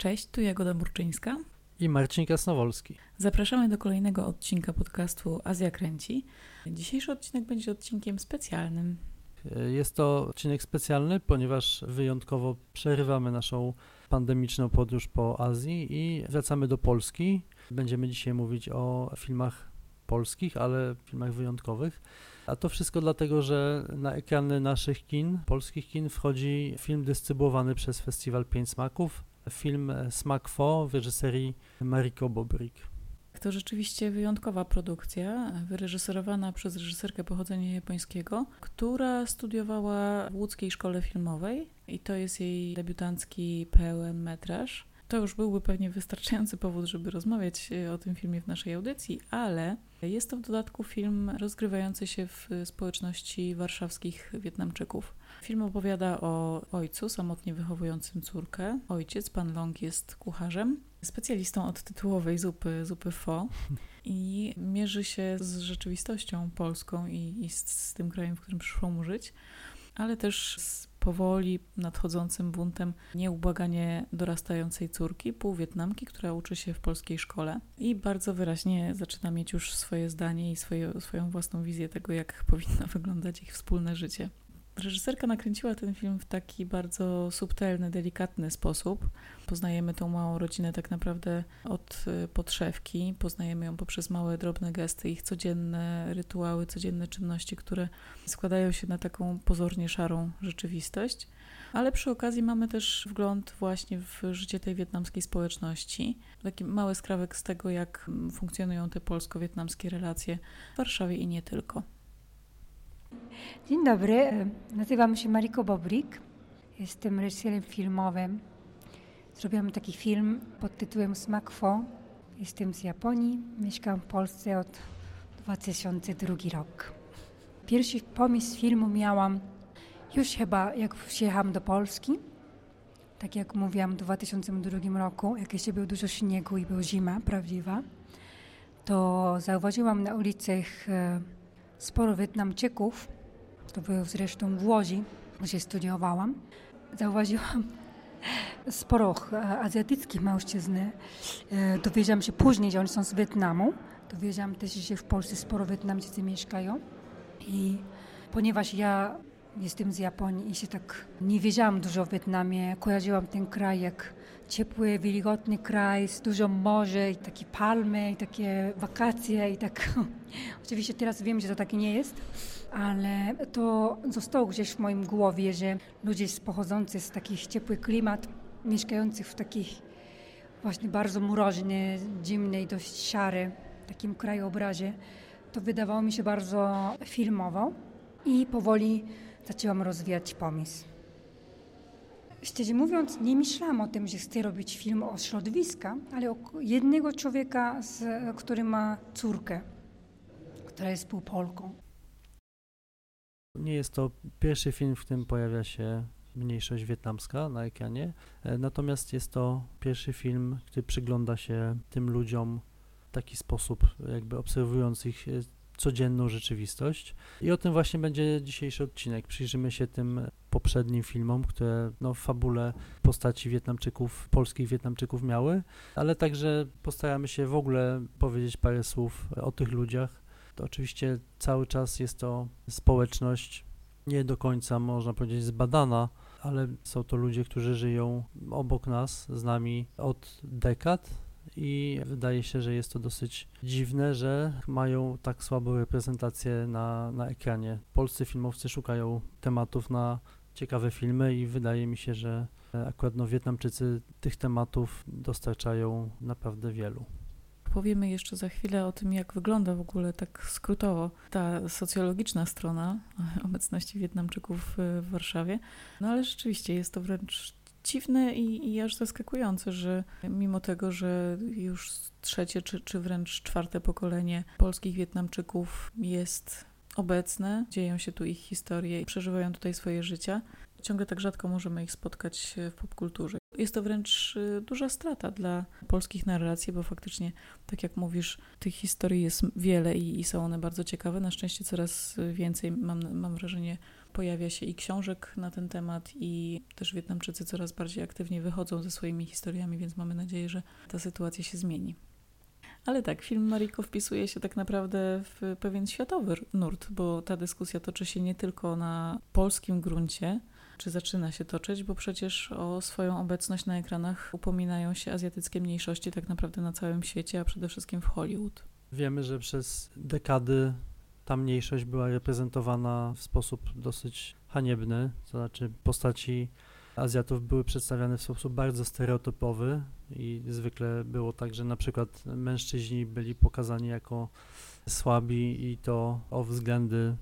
Cześć, tu Jagoda Murczyńska i Marcin Krasnowolski. Zapraszamy do kolejnego odcinka podcastu Azja Kręci. Dzisiejszy odcinek będzie odcinkiem specjalnym. Jest to odcinek specjalny, ponieważ wyjątkowo przerywamy naszą pandemiczną podróż po Azji i wracamy do Polski. Będziemy dzisiaj mówić o filmach polskich, ale filmach wyjątkowych. A to wszystko dlatego, że na ekrany naszych kin, polskich kin, wchodzi film dystrybuowany przez Festiwal Pięć Smaków, film Smak Pho w reżyserii Mariko Bobrik. To rzeczywiście wyjątkowa produkcja, wyreżyserowana przez reżyserkę pochodzenia japońskiego, która studiowała w łódzkiej szkole filmowej i to jest jej debiutancki pełen metraż. To już byłby pewnie wystarczający powód, żeby rozmawiać o tym filmie w naszej audycji, ale jest to w dodatku film rozgrywający się w społeczności warszawskich Wietnamczyków. Film opowiada o ojcu samotnie wychowującym córkę. Ojciec, pan Long, jest kucharzem, specjalistą od tytułowej zupy pho i mierzy się z rzeczywistością polską i z tym krajem, w którym przyszło mu żyć, ale też z powoli nadchodzącym buntem nieubłaganie dorastającej córki, półwietnamki, która uczy się w polskiej szkole i bardzo wyraźnie zaczyna mieć już swoje zdanie i swoją własną wizję tego, jak powinno wyglądać ich wspólne życie. Reżyserka nakręciła ten film w taki bardzo subtelny, delikatny sposób. Poznajemy tą małą rodzinę tak naprawdę od podszewki, poznajemy ją poprzez małe, drobne gesty, ich codzienne rytuały, codzienne czynności, które składają się na taką pozornie szarą rzeczywistość. Ale przy okazji mamy też wgląd właśnie w życie tej wietnamskiej społeczności. Taki mały skrawek z tego, jak funkcjonują te polsko-wietnamskie relacje w Warszawie i nie tylko. Dzień dobry, nazywam się Mariko Bobrik, jestem reżyserem filmowym. Zrobiłam taki film pod tytułem Smak Pho. Jestem z Japonii, mieszkam w Polsce od 2002 rok. Pierwszy pomysł filmu miałam już chyba jak przyjechałam do Polski. Tak jak mówiłam w 2002 roku, jak jeszcze było dużo śniegu i była zima prawdziwa, to zauważyłam na ulicach sporo Wietnamczyków, to było zresztą w Łodzi, gdzie studiowałam. Zauważyłam sporo azjatyckich mężczyzn. Dowiedziałam się później, że oni są z Wietnamu. Dowiedziałam też, że w Polsce sporo Wietnamczycy mieszkają. I ponieważ ja jestem z Japonii i się tak nie wiedziałam dużo o Wietnamie, kojarzyłam ten kraj jak ciepły, wilgotny kraj z dużo morza i takie palmy i takie wakacje i tak. Oczywiście teraz wiem, że to takie nie jest, ale to zostało gdzieś w moim głowie, że ludzie pochodzący z takich ciepłych klimat, mieszkających w takich właśnie bardzo mroźny, zimny i dość szary takim krajobrazie, to wydawało mi się bardzo filmowo i powoli zaczęłam rozwijać pomysł. Szczerze mówiąc, nie myślałam o tym, że chcę robić film o środowisku, ale o jednego człowieka, który ma córkę, która jest półpolką. Nie jest to pierwszy film, w którym pojawia się mniejszość wietnamska na ekranie, natomiast jest to pierwszy film, który przygląda się tym ludziom w taki sposób, jakby obserwując ich codzienną rzeczywistość. I o tym właśnie będzie dzisiejszy odcinek. Przyjrzymy się tym poprzednim filmom, które w fabule postaci Wietnamczyków, polskich Wietnamczyków miały, ale także postaramy się w ogóle powiedzieć parę słów o tych ludziach. To oczywiście cały czas jest to społeczność nie do końca, można powiedzieć, zbadana, ale są to ludzie, którzy żyją obok nas, z nami od dekad. I wydaje się, że jest to dosyć dziwne, że mają tak słabą reprezentację na ekranie. Polscy filmowcy szukają tematów na ciekawe filmy i wydaje mi się, że akurat Wietnamczycy tych tematów dostarczają naprawdę wielu. Powiemy jeszcze za chwilę o tym, jak wygląda w ogóle tak skrótowo ta socjologiczna strona obecności Wietnamczyków w Warszawie. Ale rzeczywiście jest to wręcz dziwne i aż zaskakujące, że mimo tego, że już trzecie czy wręcz czwarte pokolenie polskich Wietnamczyków jest obecne, dzieją się tu ich historie, przeżywają tutaj swoje życia, ciągle tak rzadko możemy ich spotkać w popkulturze. Jest to wręcz duża strata dla polskich narracji, bo faktycznie, tak jak mówisz, tych historii jest wiele i są one bardzo ciekawe. Na szczęście coraz więcej, mam wrażenie, Pojawia się i książek na ten temat i też Wietnamczycy coraz bardziej aktywnie wychodzą ze swoimi historiami, więc mamy nadzieję, że ta sytuacja się zmieni. Ale tak, film Mariko wpisuje się tak naprawdę w pewien światowy nurt, bo ta dyskusja toczy się nie tylko na polskim gruncie, czy zaczyna się toczyć, bo przecież o swoją obecność na ekranach upominają się azjatyckie mniejszości tak naprawdę na całym świecie, a przede wszystkim w Hollywood. Wiemy, że przez dekady ta mniejszość była reprezentowana w sposób dosyć haniebny, to znaczy postaci Azjatów były przedstawiane w sposób bardzo stereotypowy i zwykle było tak, że na przykład mężczyźni byli pokazani jako słabi i to o względy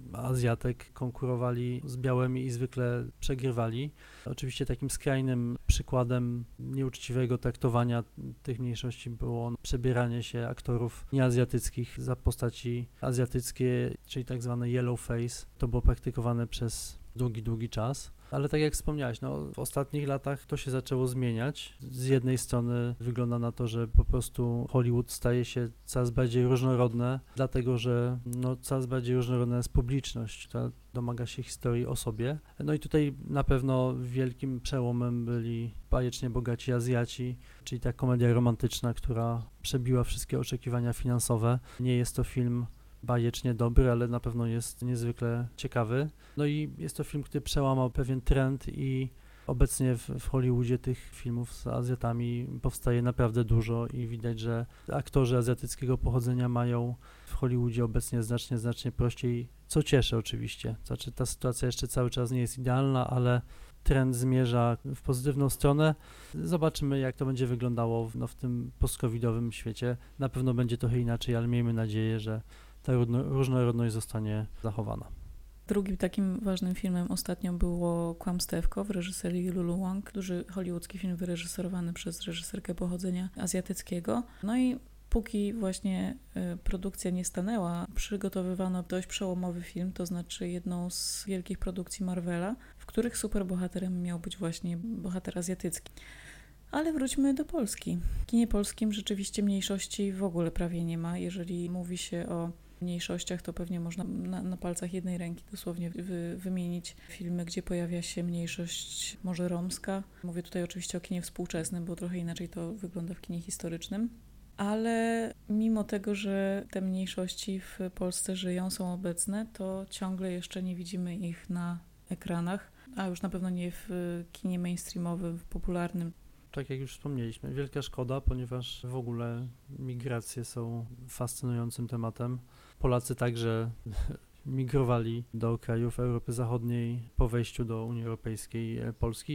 Azjatek konkurowali z białymi i zwykle przegrywali. Oczywiście takim skrajnym przykładem nieuczciwego traktowania tych mniejszości było przebieranie się aktorów nieazjatyckich za postaci azjatyckie, czyli tak zwane yellow face. To było praktykowane przez długi czas. Ale tak jak wspomniałeś, w ostatnich latach to się zaczęło zmieniać. Z jednej strony wygląda na to, że po prostu Hollywood staje się coraz bardziej różnorodne, dlatego że coraz bardziej różnorodna jest publiczność, która domaga się historii o sobie. No i tutaj na pewno wielkim przełomem byli bajecznie bogaci Azjaci, czyli ta komedia romantyczna, która przebiła wszystkie oczekiwania finansowe. Nie jest to film bajecznie dobry, ale na pewno jest niezwykle ciekawy. No i jest to film, który przełamał pewien trend i obecnie w Hollywoodzie tych filmów z Azjatami powstaje naprawdę dużo i widać, że aktorzy azjatyckiego pochodzenia mają w Hollywoodzie obecnie znacznie prościej, co cieszy oczywiście. Znaczy ta sytuacja jeszcze cały czas nie jest idealna, ale trend zmierza w pozytywną stronę. Zobaczymy, jak to będzie wyglądało w tym post-covidowym świecie. Na pewno będzie trochę inaczej, ale miejmy nadzieję, że ta różnorodność zostanie zachowana. Drugim takim ważnym filmem ostatnio było Kłamstewko w reżyserii Lulu Wang, duży hollywoodzki film wyreżyserowany przez reżyserkę pochodzenia azjatyckiego. No i póki właśnie produkcja nie stanęła, przygotowywano dość przełomowy film, to znaczy jedną z wielkich produkcji Marvela, w których superbohaterem miał być właśnie bohater azjatycki. Ale wróćmy do Polski. W kinie polskim rzeczywiście mniejszości w ogóle prawie nie ma. Jeżeli mówi się o mniejszościach, to pewnie można na palcach jednej ręki dosłownie wymienić filmy, gdzie pojawia się mniejszość może romska. Mówię tutaj oczywiście o kinie współczesnym, bo trochę inaczej to wygląda w kinie historycznym. Ale mimo tego, że te mniejszości w Polsce żyją, są obecne, to ciągle jeszcze nie widzimy ich na ekranach, a już na pewno nie w kinie mainstreamowym, w popularnym. Tak jak już wspomnieliśmy, wielka szkoda, ponieważ w ogóle migracje są fascynującym tematem. Polacy także migrowali do krajów Europy Zachodniej po wejściu do Unii Europejskiej Polski i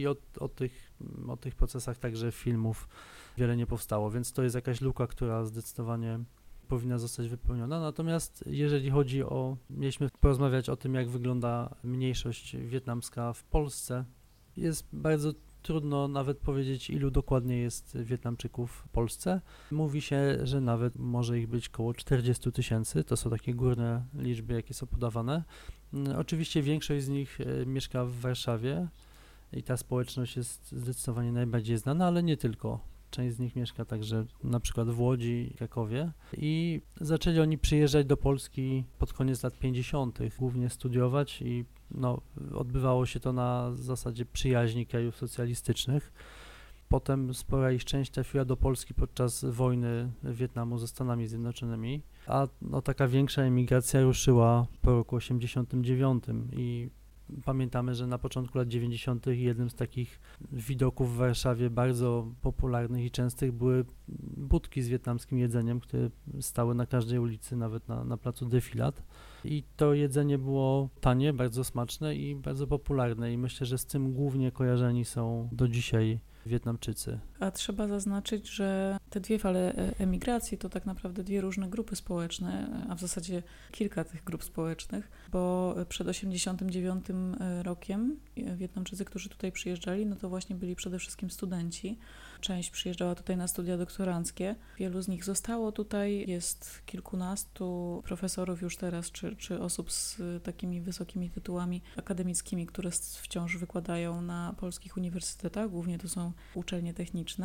o tych procesach także filmów wiele nie powstało, więc to jest jakaś luka, która zdecydowanie powinna zostać wypełniona. Natomiast jeżeli chodzi mieliśmy porozmawiać o tym, jak wygląda mniejszość wietnamska w Polsce, jest bardzo trudno nawet powiedzieć, ilu dokładnie jest Wietnamczyków w Polsce. Mówi się, że nawet może ich być około 40 000. To są takie górne liczby, jakie są podawane. Oczywiście większość z nich mieszka w Warszawie i ta społeczność jest zdecydowanie najbardziej znana, ale nie tylko. Część z nich mieszka także na przykład w Łodzi, Krakowie i zaczęli oni przyjeżdżać do Polski pod koniec lat 50., głównie studiować i odbywało się to na zasadzie przyjaźni krajów socjalistycznych. Potem spora ich część trafiła do Polski podczas wojny Wietnamu ze Stanami Zjednoczonymi, a taka większa emigracja ruszyła po roku 89 i pamiętamy, że na początku lat 90. jednym z takich widoków w Warszawie bardzo popularnych i częstych były budki z wietnamskim jedzeniem, które stały na każdej ulicy, nawet na placu Defilat. I to jedzenie było tanie, bardzo smaczne i bardzo popularne i myślę, że z tym głównie kojarzeni są do dzisiaj Wietnamczycy. A trzeba zaznaczyć, że te dwie fale emigracji to tak naprawdę dwie różne grupy społeczne, a w zasadzie kilka tych grup społecznych, bo przed 89 rokiem Wietnamczycy, którzy tutaj przyjeżdżali, to właśnie byli przede wszystkim studenci. Część przyjeżdżała tutaj na studia doktoranckie. Wielu z nich zostało tutaj. Jest kilkunastu profesorów już teraz, czy osób z takimi wysokimi tytułami akademickimi, które wciąż wykładają na polskich uniwersytetach. Głównie to są uczelnie techniczne.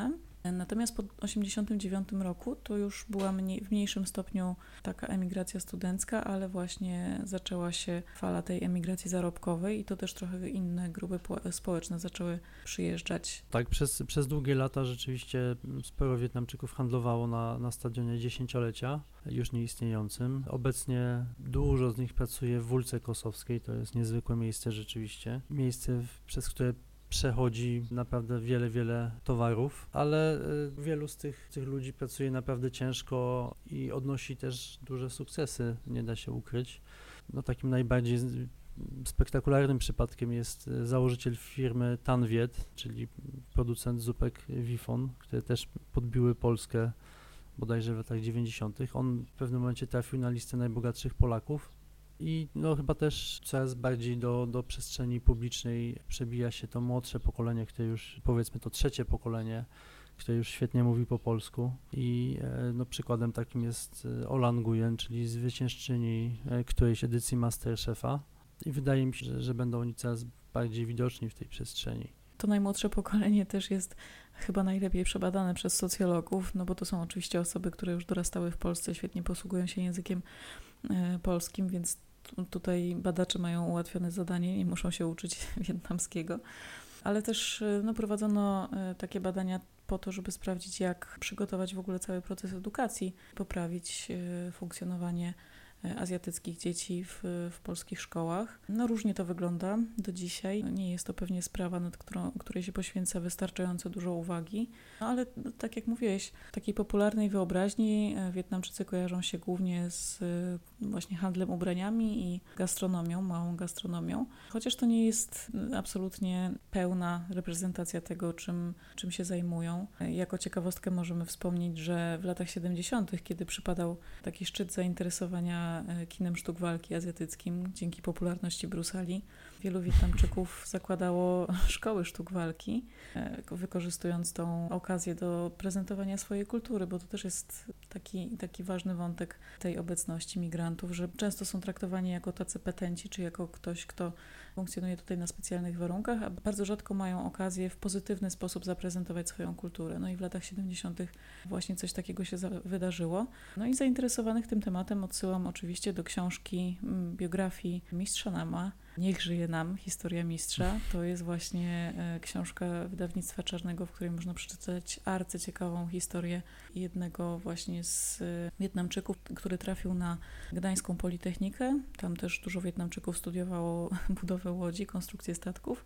Natomiast po 1989 roku to już była w mniejszym stopniu taka emigracja studencka, ale właśnie zaczęła się fala tej emigracji zarobkowej i to też trochę inne grupy społeczne zaczęły przyjeżdżać. Tak, przez długie lata rzeczywiście sporo Wietnamczyków handlowało na stadionie dziesięciolecia, już nieistniejącym. Obecnie dużo z nich pracuje w Wólce Kosowskiej, to jest niezwykłe miejsce rzeczywiście. Miejsce, przez które przechodzi naprawdę wiele towarów, ale wielu z tych ludzi pracuje naprawdę ciężko i odnosi też duże sukcesy, nie da się ukryć. No takim najbardziej spektakularnym przypadkiem jest założyciel firmy Tan Viet, czyli producent zupek Wifon, które też podbiły Polskę bodajże w latach 90. On w pewnym momencie trafił na listę najbogatszych Polaków. I no chyba też coraz bardziej do przestrzeni publicznej przebija się to młodsze pokolenie, które już, powiedzmy to trzecie pokolenie, które już świetnie mówi po polsku. I no przykładem takim jest Ola Nguyen, czyli zwyciężczyni którejś edycji MasterChefa. I wydaje mi się, że będą oni coraz bardziej widoczni w tej przestrzeni. To najmłodsze pokolenie też jest chyba najlepiej przebadane przez socjologów, no bo to są oczywiście osoby, które już dorastały w Polsce, świetnie posługują się językiem polskim, więc tutaj badacze mają ułatwione zadanie, nie muszą się uczyć wietnamskiego, ale też no, prowadzono takie badania po to, żeby sprawdzić, jak przygotować w ogóle cały proces edukacji, poprawić funkcjonowanie azjatyckich dzieci w polskich szkołach. No różnie to wygląda do dzisiaj. Nie jest to pewnie sprawa, nad której się poświęca wystarczająco dużo uwagi, no, ale tak jak mówiłeś, w takiej popularnej wyobraźni Wietnamczycy kojarzą się głównie z właśnie handlem ubraniami i gastronomią, małą gastronomią, chociaż to nie jest absolutnie pełna reprezentacja tego, czym się zajmują. Jako ciekawostkę możemy wspomnieć, że w latach 70., kiedy przypadał taki szczyt zainteresowania kinem sztuk walki azjatyckim dzięki popularności Bruce'a Lee, wielu Wietnamczyków zakładało szkoły sztuk walki, wykorzystując tą okazję do prezentowania swojej kultury, bo to też jest taki ważny wątek tej obecności migrantów, że często są traktowani jako tacy petenci, czy jako ktoś, kto funkcjonuje tutaj na specjalnych warunkach, a bardzo rzadko mają okazję w pozytywny sposób zaprezentować swoją kulturę. No i w latach 70. właśnie coś takiego się wydarzyło. No i zainteresowanych tym tematem odsyłam oczywiście do książki biografii Mistrza Nama, Niech żyje nam, historia mistrza. To jest właśnie książka wydawnictwa Czarnego, w której można przeczytać arcyciekawą historię jednego właśnie z Wietnamczyków, który trafił na Gdańską Politechnikę. Tam też dużo Wietnamczyków studiowało budowę łodzi, konstrukcję statków.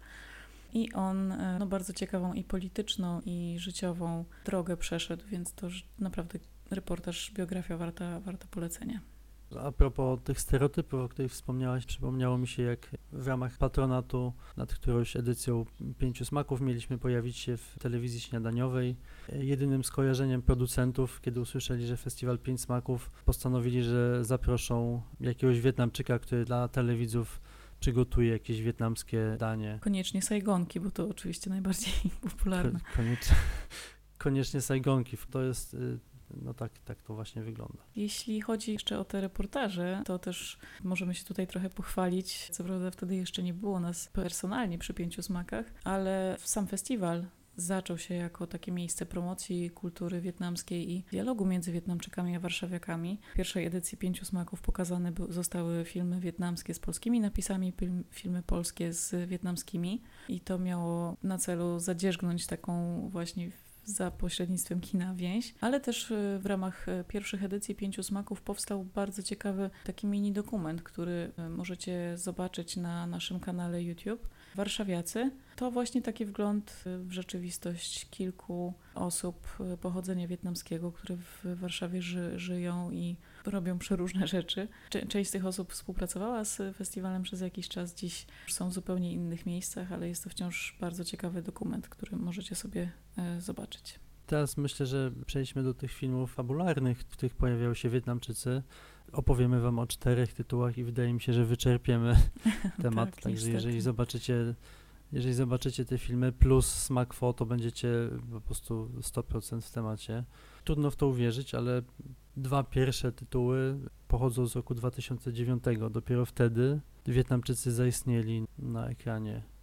I on bardzo ciekawą i polityczną, i życiową drogę przeszedł, więc to naprawdę reportaż, biografia warta polecenia. A propos tych stereotypów, o których wspomniałaś, przypomniało mi się, jak w ramach patronatu nad którąś edycją Pięciu Smaków mieliśmy pojawić się w telewizji śniadaniowej. Jedynym skojarzeniem producentów, kiedy usłyszeli, że Festiwal Pięć Smaków, postanowili, że zaproszą jakiegoś Wietnamczyka, który dla telewidzów przygotuje jakieś wietnamskie danie. Koniecznie sajgonki, bo to oczywiście najbardziej popularne. Koniecznie sajgonki. To jest... No tak to właśnie wygląda. Jeśli chodzi jeszcze o te reportaże, to też możemy się tutaj trochę pochwalić. Co prawda wtedy jeszcze nie było nas personalnie przy Pięciu Smakach, ale sam festiwal zaczął się jako takie miejsce promocji kultury wietnamskiej i dialogu między Wietnamczykami a warszawiakami. W pierwszej edycji Pięciu Smaków pokazane zostały filmy wietnamskie z polskimi napisami, filmy polskie z wietnamskimi i to miało na celu zadzierzgnąć taką właśnie za pośrednictwem kina więź, ale też w ramach pierwszych edycji Pięciu Smaków powstał bardzo ciekawy taki mini dokument, który możecie zobaczyć na naszym kanale YouTube. Warszawiacy to właśnie taki wgląd w rzeczywistość kilku osób pochodzenia wietnamskiego, które w Warszawie żyją i robią przeróżne rzeczy. Część z tych osób współpracowała z festiwalem przez jakiś czas, dziś są w zupełnie innych miejscach, ale jest to wciąż bardzo ciekawy dokument, który możecie sobie zobaczyć. Teraz myślę, że przejdźmy do tych filmów fabularnych, w których pojawiają się Wietnamczycy. Opowiemy wam o 4 tytułach i wydaje mi się, że wyczerpiemy temat. Tak, także niestety. jeżeli zobaczycie te filmy plus Smak Pho, to będziecie po prostu 100% w temacie. Trudno w to uwierzyć, ale 2 pierwsze tytuły pochodzą z roku 2009. Dopiero wtedy Wietnamczycy zaistnieli na ekranie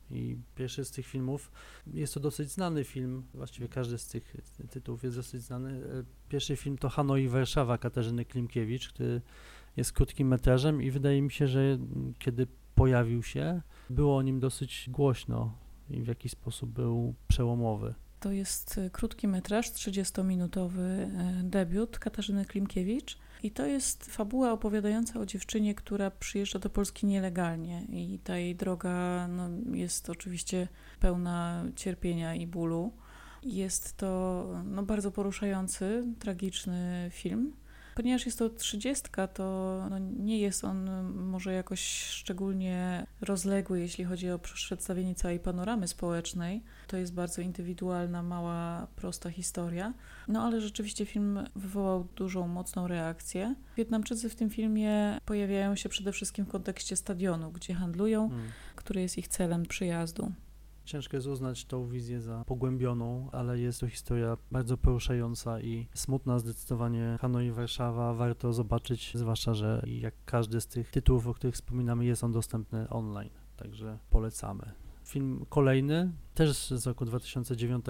I pierwszy z tych filmów, jest to dosyć znany film, właściwie każdy z tych tytułów jest dosyć znany. Pierwszy film to Hanoi Warszawa Katarzyny Klimkiewicz, który jest krótkim metrażem i wydaje mi się, że kiedy pojawił się, było o nim dosyć głośno i w jakiś sposób był przełomowy. To jest krótki metraż, 30-minutowy debiut Katarzyny Klimkiewicz i to jest fabuła opowiadająca o dziewczynie, która przyjeżdża do Polski nielegalnie i ta jej droga jest oczywiście pełna cierpienia i bólu. Jest to bardzo poruszający, tragiczny film. Ponieważ jest to 30, to nie jest on może jakoś szczególnie rozległy, jeśli chodzi o przedstawienie całej panoramy społecznej. To jest bardzo indywidualna, mała, prosta historia. Ale rzeczywiście film wywołał dużą, mocną reakcję. Wietnamczycy w tym filmie pojawiają się przede wszystkim w kontekście stadionu, gdzie handlują, który jest ich celem przyjazdu. Ciężko jest uznać tą wizję za pogłębioną, ale jest to historia bardzo poruszająca i smutna zdecydowanie. Hanoi Warszawa warto zobaczyć, zwłaszcza, że jak każdy z tych tytułów, o których wspominamy, jest on dostępny online, także polecamy. Film kolejny, też z roku 2009,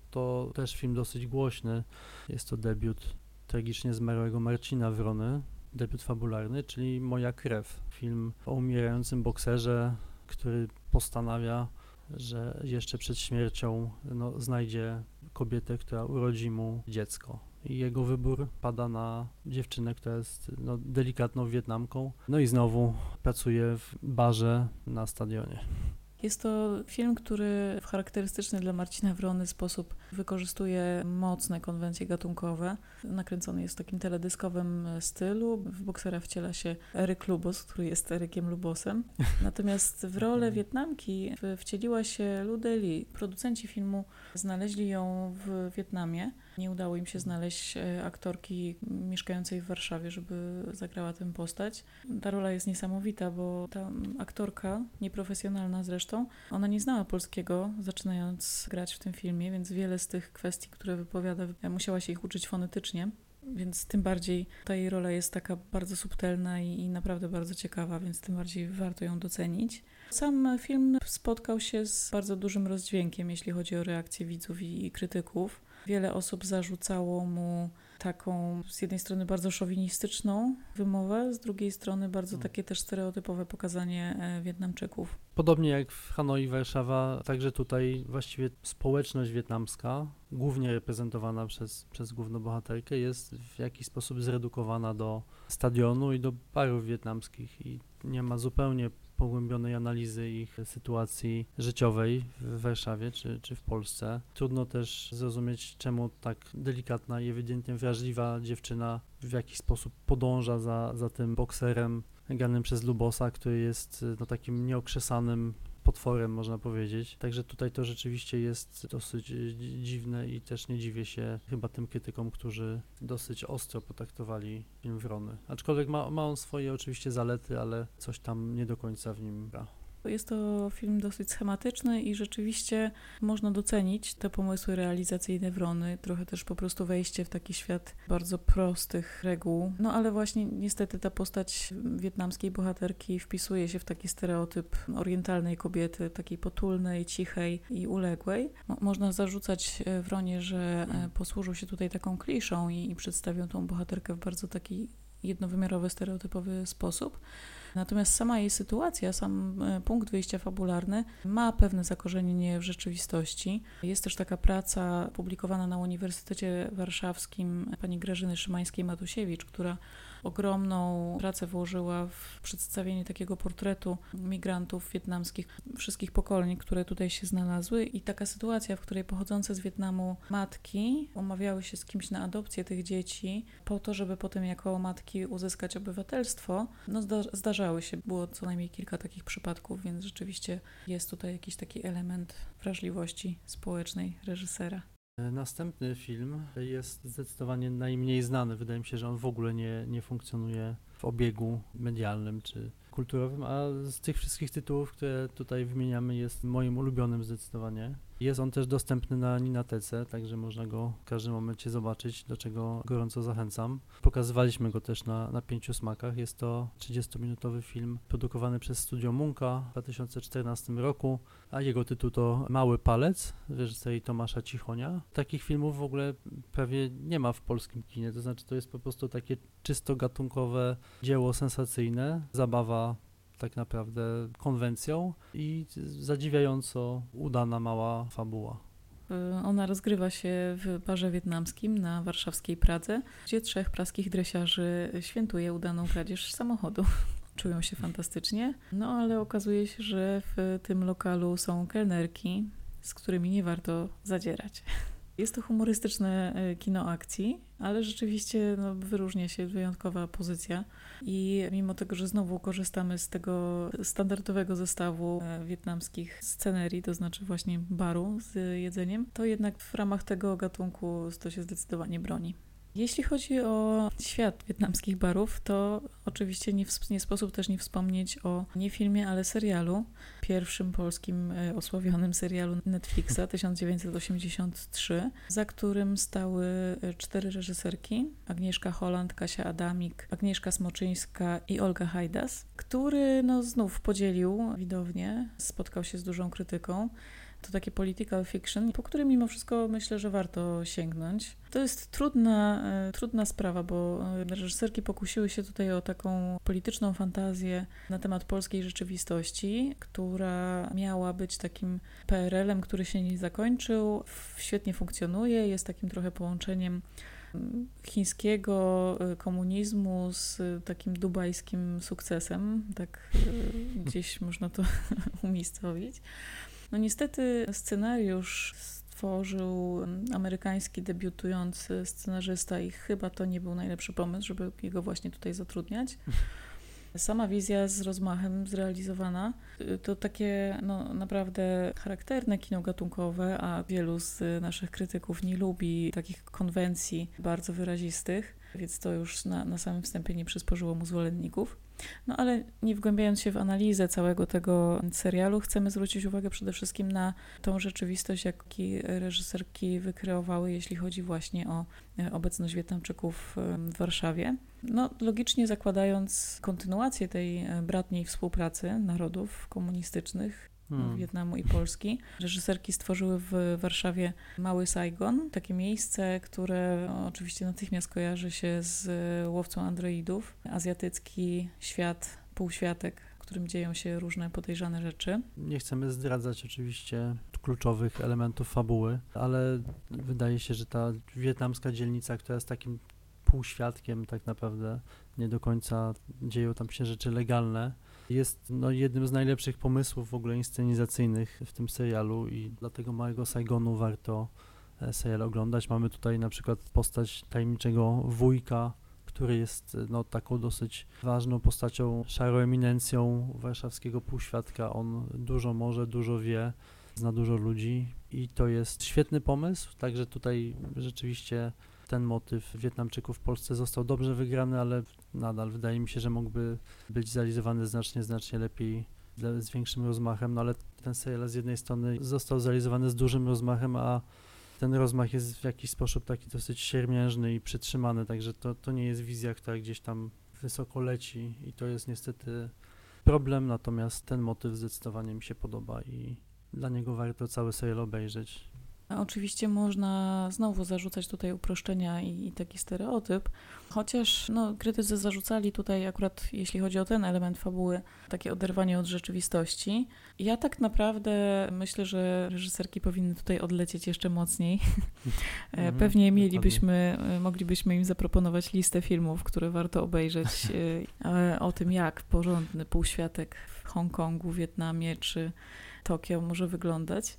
to też film dosyć głośny. Jest to debiut tragicznie zmarłego Marcina Wrony, debiut fabularny, czyli Moja krew. Film o umierającym bokserze, który postanawia, że jeszcze przed śmiercią znajdzie kobietę, która urodzi mu dziecko. I jego wybór pada na dziewczynę, która jest delikatną Wietnamką. I znowu pracuje w barze na stadionie. Jest to film, który w charakterystyczny dla Marcina Wrony sposób wykorzystuje mocne konwencje gatunkowe. Nakręcony jest w takim teledyskowym stylu. W boksera wciela się Eryk Lubos, który jest Erykiem Lubosem. Natomiast w rolę Wietnamki wcieliła się Lu Deli. Producenci filmu znaleźli ją w Wietnamie. Nie udało im się znaleźć aktorki mieszkającej w Warszawie, żeby zagrała tę postać. Ta rola jest niesamowita, bo ta aktorka, nieprofesjonalna zresztą, ona nie znała polskiego, zaczynając grać w tym filmie, więc wiele z tych kwestii, które wypowiada, musiała się ich uczyć fonetycznie, więc tym bardziej ta jej rola jest taka bardzo subtelna i naprawdę bardzo ciekawa, więc tym bardziej warto ją docenić. Sam film spotkał się z bardzo dużym rozdźwiękiem, jeśli chodzi o reakcję widzów i krytyków. Wiele osób zarzucało mu taką z jednej strony bardzo szowinistyczną wymowę, z drugiej strony bardzo takie też stereotypowe pokazanie Wietnamczyków. Podobnie jak w Hanoi Warszawa, także tutaj właściwie społeczność wietnamska, głównie reprezentowana przez główną bohaterkę, jest w jakiś sposób zredukowana do stadionu i do barów wietnamskich i nie ma zupełnie pogłębionej analizy ich sytuacji życiowej w Warszawie czy w Polsce. Trudno też zrozumieć, czemu tak delikatna i ewidentnie wrażliwa dziewczyna w jakiś sposób podąża za tym bokserem granym przez Lubosa, który jest takim nieokrzesanym potworem, można powiedzieć. Także tutaj to rzeczywiście jest dosyć dziwne i też nie dziwię się chyba tym krytykom, którzy dosyć ostro potraktowali film Wrony. Aczkolwiek ma on swoje oczywiście zalety, ale coś tam nie do końca w nim gra. Jest to film dosyć schematyczny i rzeczywiście można docenić te pomysły realizacyjne Wrony, trochę też po prostu wejście w taki świat bardzo prostych reguł. Ale właśnie niestety ta postać wietnamskiej bohaterki wpisuje się w taki stereotyp orientalnej kobiety, takiej potulnej, cichej i uległej. Można zarzucać Wronie, że posłużył się tutaj taką kliszą i przedstawią tą bohaterkę w bardzo taki jednowymiarowy, stereotypowy sposób. Natomiast sama jej sytuacja, sam punkt wyjścia fabularny ma pewne zakorzenienie w rzeczywistości. Jest też taka praca publikowana na Uniwersytecie Warszawskim pani Grażyny Szymańskiej-Matusiewicz, która ogromną pracę włożyła w przedstawienie takiego portretu migrantów wietnamskich, wszystkich pokoleń, które tutaj się znalazły i taka sytuacja, w której pochodzące z Wietnamu matki umawiały się z kimś na adopcję tych dzieci po to, żeby potem jako matki uzyskać obywatelstwo, zdarzały się, było co najmniej kilka takich przypadków, więc rzeczywiście jest tutaj jakiś taki element wrażliwości społecznej reżysera. Następny film jest zdecydowanie najmniej znany. Wydaje mi się, że on w ogóle nie funkcjonuje w obiegu medialnym czy kulturowym, a z tych wszystkich tytułów, które tutaj wymieniamy, jest moim ulubionym zdecydowanie. Jest on też dostępny na Ninatece, także można go w każdym momencie zobaczyć, do czego gorąco zachęcam. Pokazywaliśmy go też na 5 smakach. Jest to 30-minutowy film produkowany przez Studio Munka w 2014 roku, a jego tytuł to Mały Palec w reżyserii Tomasza Cichonia. Takich filmów w ogóle prawie nie ma w polskim kinie, to znaczy to jest po prostu takie czysto gatunkowe dzieło sensacyjne, zabawa tak naprawdę konwencją i zadziwiająco udana mała fabuła. Ona rozgrywa się w barze wietnamskim na warszawskiej Pradze, gdzie 3 praskich dresiarzy świętuje udaną kradzież samochodu. Czują się fantastycznie, no ale okazuje się, że w tym lokalu są kelnerki, z którymi nie warto zadzierać. Jest to humorystyczne kino akcji, ale rzeczywiście wyróżnia się wyjątkowa pozycja i mimo tego, że znowu korzystamy z tego standardowego zestawu wietnamskich scenerii, to znaczy właśnie baru z jedzeniem, to jednak w ramach tego gatunku to się zdecydowanie broni. Jeśli chodzi o świat wietnamskich barów, to oczywiście nie sposób też nie wspomnieć o nie filmie, ale serialu. Pierwszym polskim osławionym serialu Netflixa 1983, za którym stały 4 reżyserki: Agnieszka Holland, Kasia Adamik, Agnieszka Smoczyńska i Olga Hajdas, który znów podzielił widownię, spotkał się z dużą krytyką. To takie political fiction, po którym mimo wszystko myślę, że warto sięgnąć. To jest trudna sprawa, bo reżyserki pokusiły się tutaj o taką polityczną fantazję na temat polskiej rzeczywistości, która miała być takim PRL-em, który się nie zakończył, świetnie funkcjonuje, jest takim trochę połączeniem chińskiego komunizmu z takim dubajskim sukcesem, tak gdzieś można to umiejscowić. Niestety scenariusz stworzył amerykański debiutujący scenarzysta i chyba to nie był najlepszy pomysł, żeby jego właśnie tutaj zatrudniać. Sama wizja z rozmachem zrealizowana to takie naprawdę charakterne kino gatunkowe, a wielu z naszych krytyków nie lubi takich konwencji bardzo wyrazistych, więc to już na samym wstępie nie przysporzyło mu zwolenników. Ale nie wgłębiając się w analizę całego tego serialu, chcemy zwrócić uwagę przede wszystkim na tą rzeczywistość, jaką reżyserki wykreowały, jeśli chodzi właśnie o obecność Wietnamczyków w Warszawie. Logicznie zakładając kontynuację tej bratniej współpracy narodów komunistycznych, Wietnamu i Polski. Reżyserki stworzyły w Warszawie Mały Saigon, takie miejsce, które oczywiście natychmiast kojarzy się z łowcą androidów. Azjatycki świat, półświatek, w którym dzieją się różne podejrzane rzeczy. Nie chcemy zdradzać oczywiście kluczowych elementów fabuły, ale wydaje się, że ta wietnamska dzielnica, która jest takim półświadkiem tak naprawdę, nie do końca dzieją tam się rzeczy legalne, jest jednym z najlepszych pomysłów w ogóle inscenizacyjnych w tym serialu i dlatego Małego Saigonu warto serial oglądać. Mamy tutaj na przykład postać tajemniczego wujka, który jest taką dosyć ważną postacią, szarą eminencją warszawskiego półświadka. On dużo może, dużo wie, zna dużo ludzi i to jest świetny pomysł, także tutaj rzeczywiście ten motyw Wietnamczyków w Polsce został dobrze wygrany, ale nadal wydaje mi się, że mógłby być zrealizowany znacznie lepiej, z większym rozmachem, ale ten serial z jednej strony został zrealizowany z dużym rozmachem, a ten rozmach jest w jakiś sposób taki dosyć siermiężny i przytrzymany, także to nie jest wizja, która gdzieś tam wysoko leci i to jest niestety problem, natomiast ten motyw zdecydowanie mi się podoba i dla niego warto cały serial obejrzeć. A oczywiście można znowu zarzucać tutaj uproszczenia i taki stereotyp, chociaż krytycy zarzucali tutaj akurat, jeśli chodzi o ten element fabuły, takie oderwanie od rzeczywistości. Ja tak naprawdę myślę, że reżyserki powinny tutaj odlecieć jeszcze mocniej. Pewnie moglibyśmy im zaproponować listę filmów, które warto obejrzeć o tym, jak porządny półświatek w Hongkongu, Wietnamie czy Tokio może wyglądać.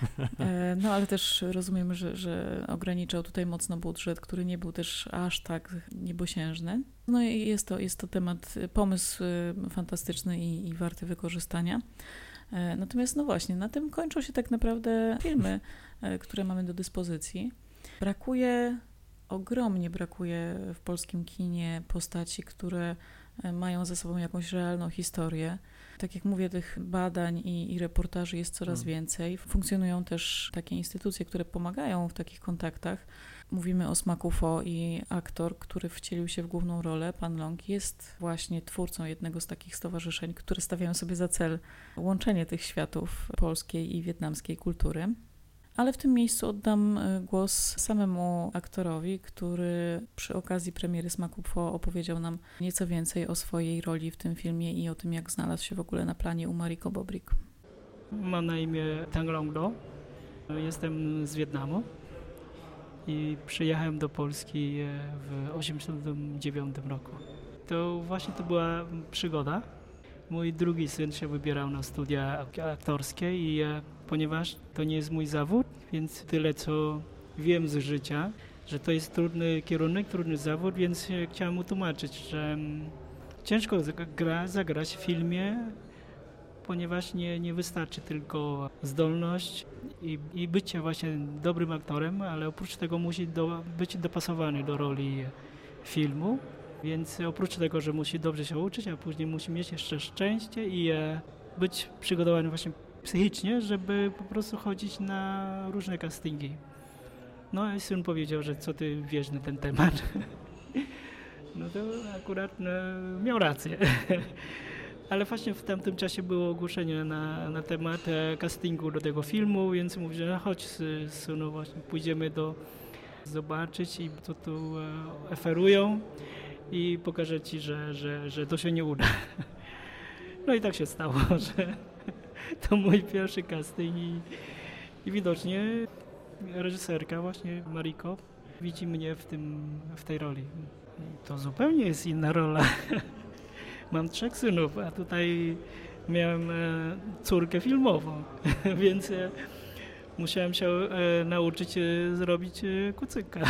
Ale też rozumiemy, że ograniczał tutaj mocno budżet, który nie był też aż tak niebosiężny. I jest to pomysł fantastyczny i warty wykorzystania. Natomiast właśnie, na tym kończą się tak naprawdę filmy, które mamy do dyspozycji. Ogromnie brakuje w polskim kinie postaci, które mają za sobą jakąś realną historię. Tak jak mówię, tych badań i reportaży jest coraz więcej. Funkcjonują też takie instytucje, które pomagają w takich kontaktach. Mówimy o Smaku Pho i aktor, który wcielił się w główną rolę, pan Long, jest właśnie twórcą jednego z takich stowarzyszeń, które stawiają sobie za cel łączenie tych światów polskiej i wietnamskiej kultury. Ale w tym miejscu oddam głos samemu aktorowi, który przy okazji premiery Smaku Pho opowiedział nam nieco więcej o swojej roli w tym filmie i o tym, jak znalazł się w ogóle na planie u Mariko Bobrik. Mam na imię Thang Long Do. Jestem z Wietnamu i przyjechałem do Polski w 1989 roku. To właśnie to była przygoda. Mój drugi syn się wybierał na studia aktorskie i ponieważ to nie jest mój zawód, więc tyle co wiem z życia, że to jest trudny kierunek, trudny zawód, więc chciałem mu tłumaczyć, że ciężko zagrać w filmie, ponieważ nie wystarczy tylko zdolność i bycie właśnie dobrym aktorem, ale oprócz tego musi być dopasowany do roli filmu. Więc oprócz tego, że musi dobrze się uczyć, a później musi mieć jeszcze szczęście i być przygotowany właśnie psychicznie, żeby po prostu chodzić na różne castingi. No i syn powiedział, że co ty wiesz na ten temat. No to akurat miał rację. Ale właśnie w tamtym czasie było ogłoszenie na temat castingu do tego filmu, więc mówię, że chodź synu, właśnie pójdziemy zobaczyć i co tu oferują. I pokażę ci, że to się nie uda. No i tak się stało, że to mój pierwszy casting i widocznie reżyserka właśnie Mariko widzi mnie w tej roli. To zupełnie jest inna rola. Mam 3 synów, a tutaj miałem córkę filmową, więc musiałem się nauczyć zrobić kucyka.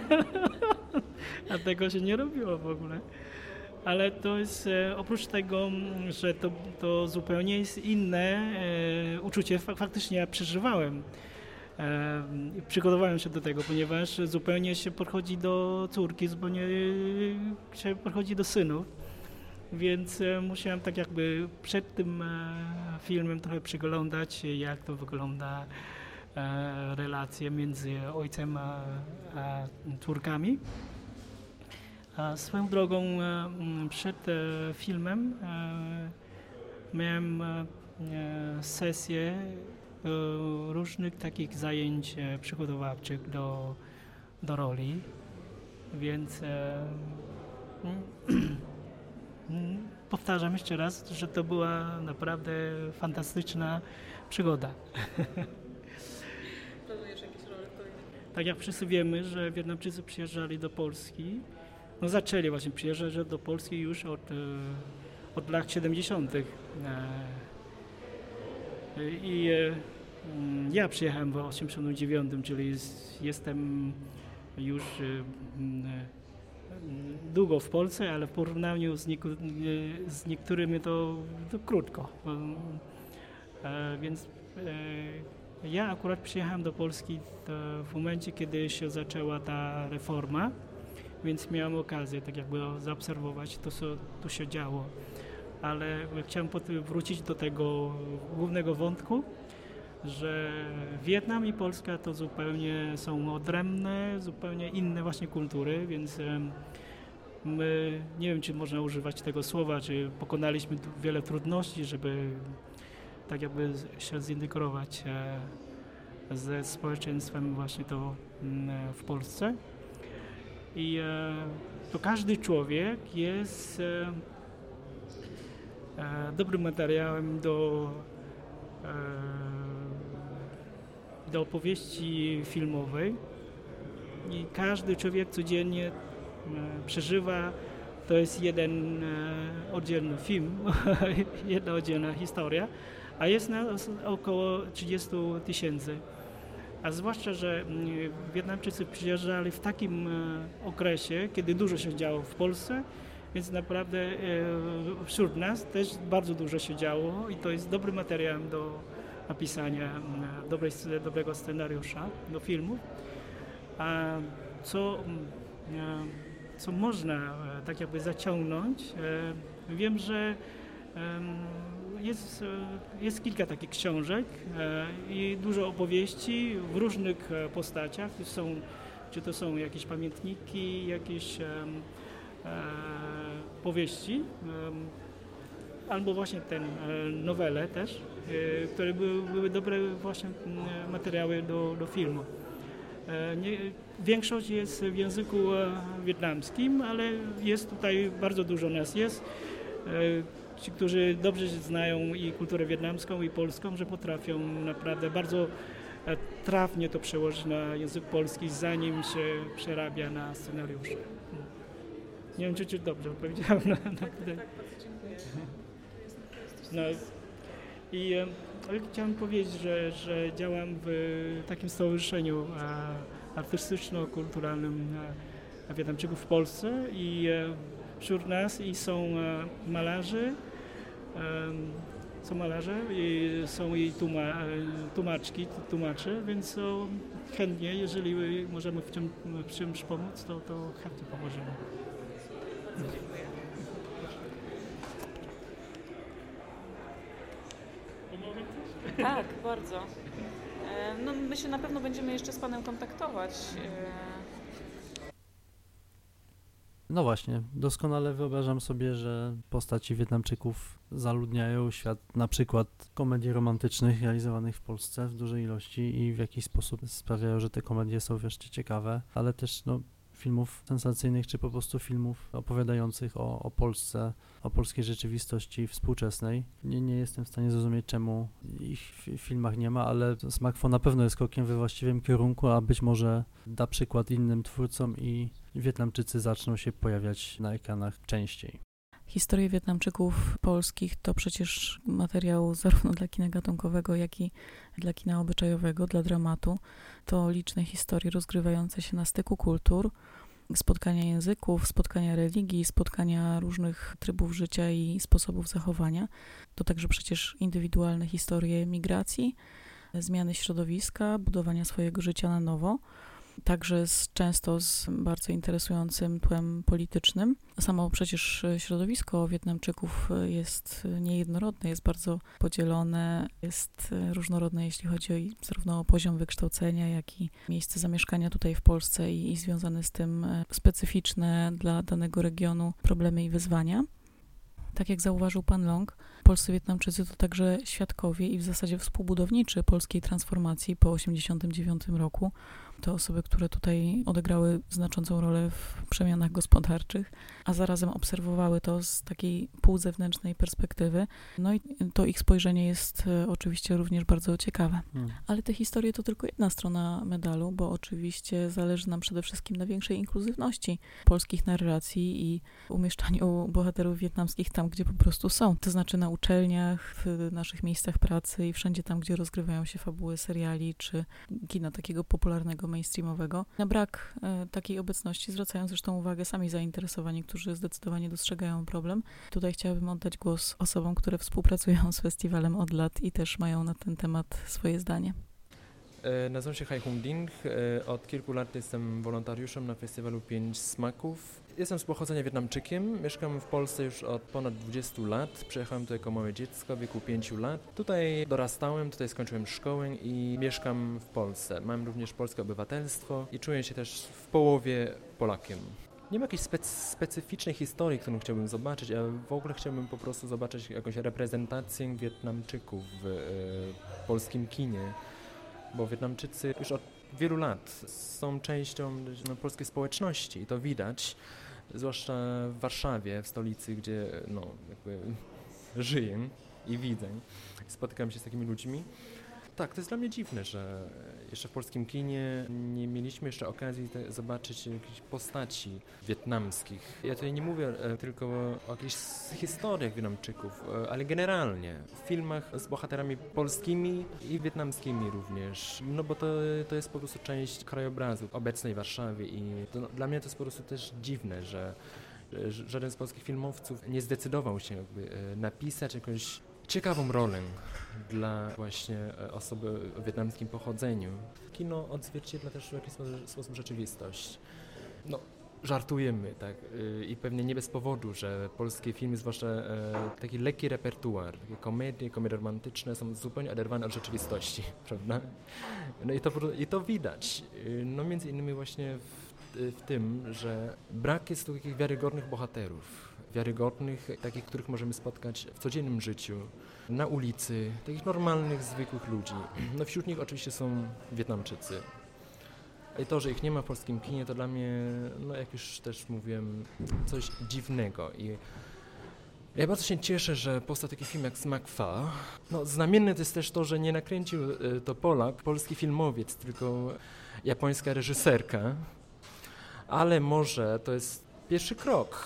A tego się nie robiło w ogóle. Ale to jest, oprócz tego, że to zupełnie jest inne uczucie, faktycznie ja przeżywałem. Przygotowałem się do tego, ponieważ zupełnie się podchodzi do córki, zupełnie się podchodzi do synów. Więc musiałem tak jakby przed tym filmem trochę przyglądać, jak to wygląda relacje między ojcem a córkami. A swoją drogą przed filmem miałem sesję różnych takich zajęć przygotowawczych do roli, więc powtarzam jeszcze raz, że to była naprawdę fantastyczna przygoda. Planujesz jakieś role w kolejnym? Tak jak wszyscy wiemy, że Wietnamczycy przyjeżdżali do Polski, no zaczęli właśnie przyjeżdżać do Polski już od lat 70. I ja przyjechałem w 89, czyli jestem już długo w Polsce, ale w porównaniu z niektórymi to krótko. Więc ja akurat przyjechałem do Polski w momencie, kiedy się zaczęła ta reforma, więc miałem okazję tak jakby zaobserwować to, co tu się działo. Ale chciałem wrócić do tego głównego wątku, że Wietnam i Polska to zupełnie są odrębne, zupełnie inne właśnie kultury, więc my, nie wiem, czy można używać tego słowa, czy pokonaliśmy wiele trudności, żeby tak jakby się zintegrować ze społeczeństwem właśnie to w Polsce. I to każdy człowiek jest dobrym materiałem do opowieści filmowej i każdy człowiek codziennie przeżywa, to jest jeden oddzielny film, jedna oddzielna historia, a jest nas około 30 000. A zwłaszcza, że Wietnamczycy przyjeżdżali w takim okresie, kiedy dużo się działo w Polsce, więc naprawdę wśród nas też bardzo dużo się działo i to jest dobry materiał do napisania dobrego scenariusza do filmu. A co można tak jakby zaciągnąć, wiem, że jest kilka takich książek i dużo opowieści w różnych postaciach. Czy to są jakieś pamiętniki, jakieś powieści, albo właśnie te nowele też, które były dobre właśnie materiały do filmu. Większość jest w języku wietnamskim, ale jest tutaj bardzo dużo nas jest. Ci, którzy dobrze znają i kulturę wietnamską i polską, że potrafią naprawdę bardzo trafnie to przełożyć na język polski, zanim się przerabia na scenariusze. Nie wiem, czy dobrze odpowiedziałem na pytanie. No, ale chciałem powiedzieć, że działam w takim stowarzyszeniu artystyczno-kulturalnym Wietnamczyków w Polsce i wśród nas są malarze, i są i tłumacze, więc chętnie, jeżeli możemy w czymś pomóc, to chętnie pomożemy. Tak, bardzo. No, my się na pewno będziemy jeszcze z Panem kontaktować. No właśnie, doskonale wyobrażam sobie, że postaci Wietnamczyków zaludniają świat na przykład komedii romantycznych realizowanych w Polsce w dużej ilości i w jakiś sposób sprawiają, że te komedie są wreszcie ciekawe, ale też filmów sensacyjnych, czy po prostu filmów opowiadających o Polsce, o polskiej rzeczywistości współczesnej. Nie jestem w stanie zrozumieć, czemu ich w filmach nie ma, ale Smak Pho na pewno jest krokiem we właściwym kierunku, a być może da przykład innym twórcom i Wietnamczycy zaczną się pojawiać na ekranach częściej. Historie Wietnamczyków polskich to przecież materiał zarówno dla kina gatunkowego, jak i dla kina obyczajowego, dla dramatu. To liczne historie rozgrywające się na styku kultur, spotkania języków, spotkania religii, spotkania różnych trybów życia i sposobów zachowania. To także przecież indywidualne historie migracji, zmiany środowiska, budowania swojego życia na nowo. Także często z bardzo interesującym tłem politycznym. Samo przecież środowisko Wietnamczyków jest niejednorodne, jest bardzo podzielone, jest różnorodne, jeśli chodzi zarówno o poziom wykształcenia, jak i miejsce zamieszkania tutaj w Polsce i związane z tym specyficzne dla danego regionu problemy i wyzwania. Tak jak zauważył pan Long, polscy Wietnamczycy to także świadkowie i w zasadzie współbudowniczy polskiej transformacji po 1989 roku. To osoby, które tutaj odegrały znaczącą rolę w przemianach gospodarczych, a zarazem obserwowały to z takiej półzewnętrznej perspektywy. No i to ich spojrzenie jest oczywiście również bardzo ciekawe. Ale te historie to tylko jedna strona medalu, bo oczywiście zależy nam przede wszystkim na większej inkluzywności polskich narracji i umieszczaniu bohaterów wietnamskich tam, gdzie po prostu są. To znaczy na uczelniach, w naszych miejscach pracy i wszędzie tam, gdzie rozgrywają się fabuły seriali czy kina takiego popularnego, mainstreamowego. Na brak takiej obecności zwracają zresztą uwagę sami zainteresowani, którzy zdecydowanie dostrzegają problem. Tutaj chciałabym oddać głos osobom, które współpracują z festiwalem od lat i też mają na ten temat swoje zdanie. Nazywam się Hai Hung Ding. Od kilku lat jestem wolontariuszem na festiwalu 5 Smaków. Jestem z pochodzenia Wietnamczykiem. Mieszkam w Polsce już od ponad 20 lat. Przyjechałem tutaj jako małe dziecko w wieku 5 lat. Tutaj dorastałem, tutaj skończyłem szkołę i mieszkam w Polsce. Mam również polskie obywatelstwo i czuję się też w połowie Polakiem. Nie ma jakiejś specyficznej historii, którą chciałbym zobaczyć, ja w ogóle chciałbym po prostu zobaczyć jakąś reprezentację Wietnamczyków w polskim kinie. Bo Wietnamczycy już od wielu lat są częścią polskiej społeczności i to widać, zwłaszcza w Warszawie, w stolicy, gdzie żyję i widzę, spotykam się z takimi ludźmi. Tak, to jest dla mnie dziwne, że jeszcze w polskim kinie nie mieliśmy jeszcze okazji zobaczyć jakichś postaci wietnamskich. Ja tutaj nie mówię tylko o jakichś historiach Wietnamczyków, ale generalnie w filmach z bohaterami polskimi i wietnamskimi również. No bo to jest po prostu część krajobrazu obecnej Warszawy i dla mnie to jest po prostu też dziwne, że żaden z polskich filmowców nie zdecydował się napisać jakąś ciekawą rolę dla właśnie osoby o wietnamskim pochodzeniu. Kino odzwierciedla też w jakiś sposób rzeczywistość. No, żartujemy, tak, i pewnie nie bez powodu, że polskie filmy, zwłaszcza taki lekki repertuar, takie komedie romantyczne są zupełnie oderwane od rzeczywistości, prawda? No i to widać, no między innymi właśnie w tym, że brak jest tu takich wiarygodnych bohaterów, wiarygodnych, takich, których możemy spotkać w codziennym życiu, na ulicy, takich normalnych, zwykłych ludzi. No wśród nich oczywiście są Wietnamczycy. I to, że ich nie ma w polskim kinie, to dla mnie, no jak już też mówiłem, coś dziwnego. I ja bardzo się cieszę, że powstał taki film jak Smak Pha. No, znamienne to jest też to, że nie nakręcił to Polak, polski filmowiec, tylko japońska reżyserka. Ale może to jest pierwszy krok.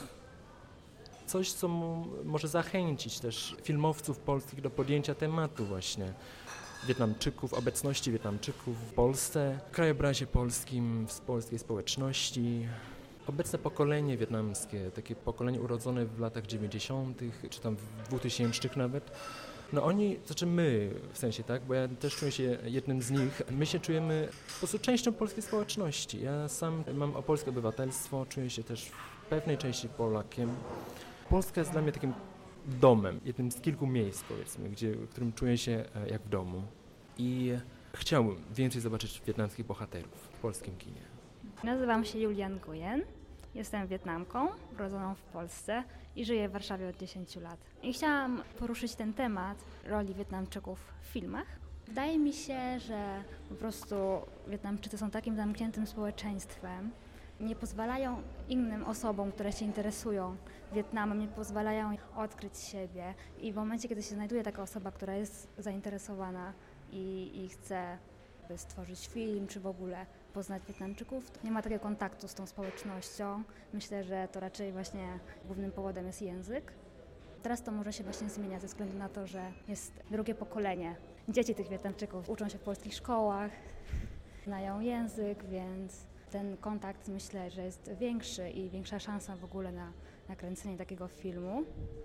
Coś, co może zachęcić też filmowców polskich do podjęcia tematu właśnie Wietnamczyków, obecności Wietnamczyków w Polsce, w krajobrazie polskim, w polskiej społeczności. Obecne pokolenie wietnamskie, takie pokolenie urodzone w latach 90., czy tam w 2000 nawet, no oni, znaczy my w sensie, tak, bo ja też czuję się jednym z nich, my się czujemy po prostu częścią polskiej społeczności. Ja sam mam polskie obywatelstwo, czuję się też w pewnej części Polakiem. Polska jest dla mnie takim domem, jednym z kilku miejsc, powiedzmy, w którym czuję się jak w domu. I chciałbym więcej zobaczyć wietnamskich bohaterów w polskim kinie. Nazywam się Julian Nguyen, jestem Wietnamką, urodzoną w Polsce i żyję w Warszawie od 10 lat. I chciałam poruszyć ten temat roli Wietnamczyków w filmach. Wydaje mi się, że po prostu Wietnamczycy są takim zamkniętym społeczeństwem, nie pozwalają innym osobom, które się interesują Wietnamem, nie pozwalają odkryć siebie i w momencie, kiedy się znajduje taka osoba, która jest zainteresowana i chce stworzyć film, czy w ogóle poznać Wietnamczyków, to nie ma takiego kontaktu z tą społecznością. Myślę, że to raczej właśnie głównym powodem jest język. Teraz to może się właśnie zmienia ze względu na to, że jest drugie pokolenie. Dzieci tych Wietnamczyków uczą się w polskich szkołach, znają język, więc ten kontakt myślę, że jest większy i większa szansa w ogóle na nakręcenie takiego filmu.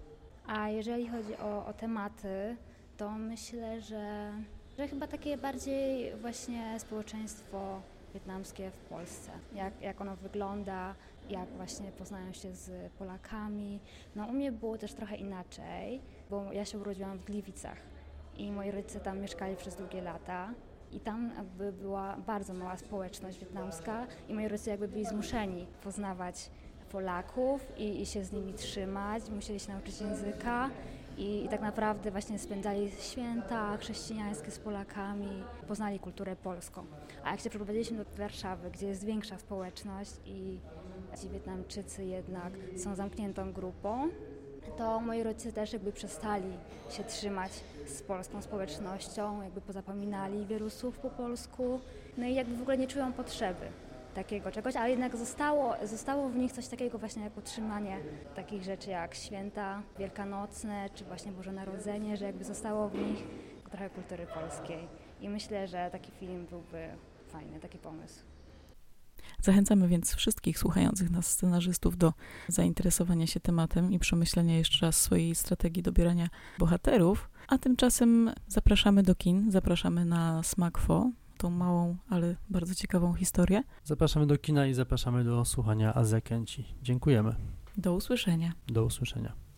A jeżeli chodzi o tematy, to myślę, że chyba takie bardziej właśnie społeczeństwo wietnamskie w Polsce. Jak ono wygląda, jak właśnie poznają się z Polakami. No u mnie było też trochę inaczej, bo ja się urodziłam w Gliwicach i moi rodzice tam mieszkali przez długie lata. I tam jakby była bardzo mała społeczność wietnamska i moi rodzice jakby byli zmuszeni poznawać Polaków i się z nimi trzymać, musieli się nauczyć języka i tak naprawdę właśnie spędzali święta chrześcijańskie z Polakami, poznali kulturę polską. A jak się przeprowadziliśmy do Warszawy, gdzie jest większa społeczność i ci Wietnamczycy jednak są zamkniętą grupą, to moi rodzice też jakby przestali się trzymać z polską społecznością, jakby pozapominali wielu słów po polsku, no i jakby w ogóle nie czują potrzeby takiego czegoś, ale jednak zostało w nich coś takiego właśnie jak utrzymanie takich rzeczy jak święta wielkanocne, czy właśnie Boże Narodzenie, że jakby zostało w nich trochę kultury polskiej i myślę, że taki film byłby fajny, taki pomysł. Zachęcamy więc wszystkich słuchających nas scenarzystów do zainteresowania się tematem i przemyślenia jeszcze raz swojej strategii dobierania bohaterów, a tymczasem zapraszamy do kin, zapraszamy na Smak Pho, tą małą, ale bardzo ciekawą historię. Zapraszamy do kina i zapraszamy do słuchania Azja Kręci. Dziękujemy. Do usłyszenia. Do usłyszenia.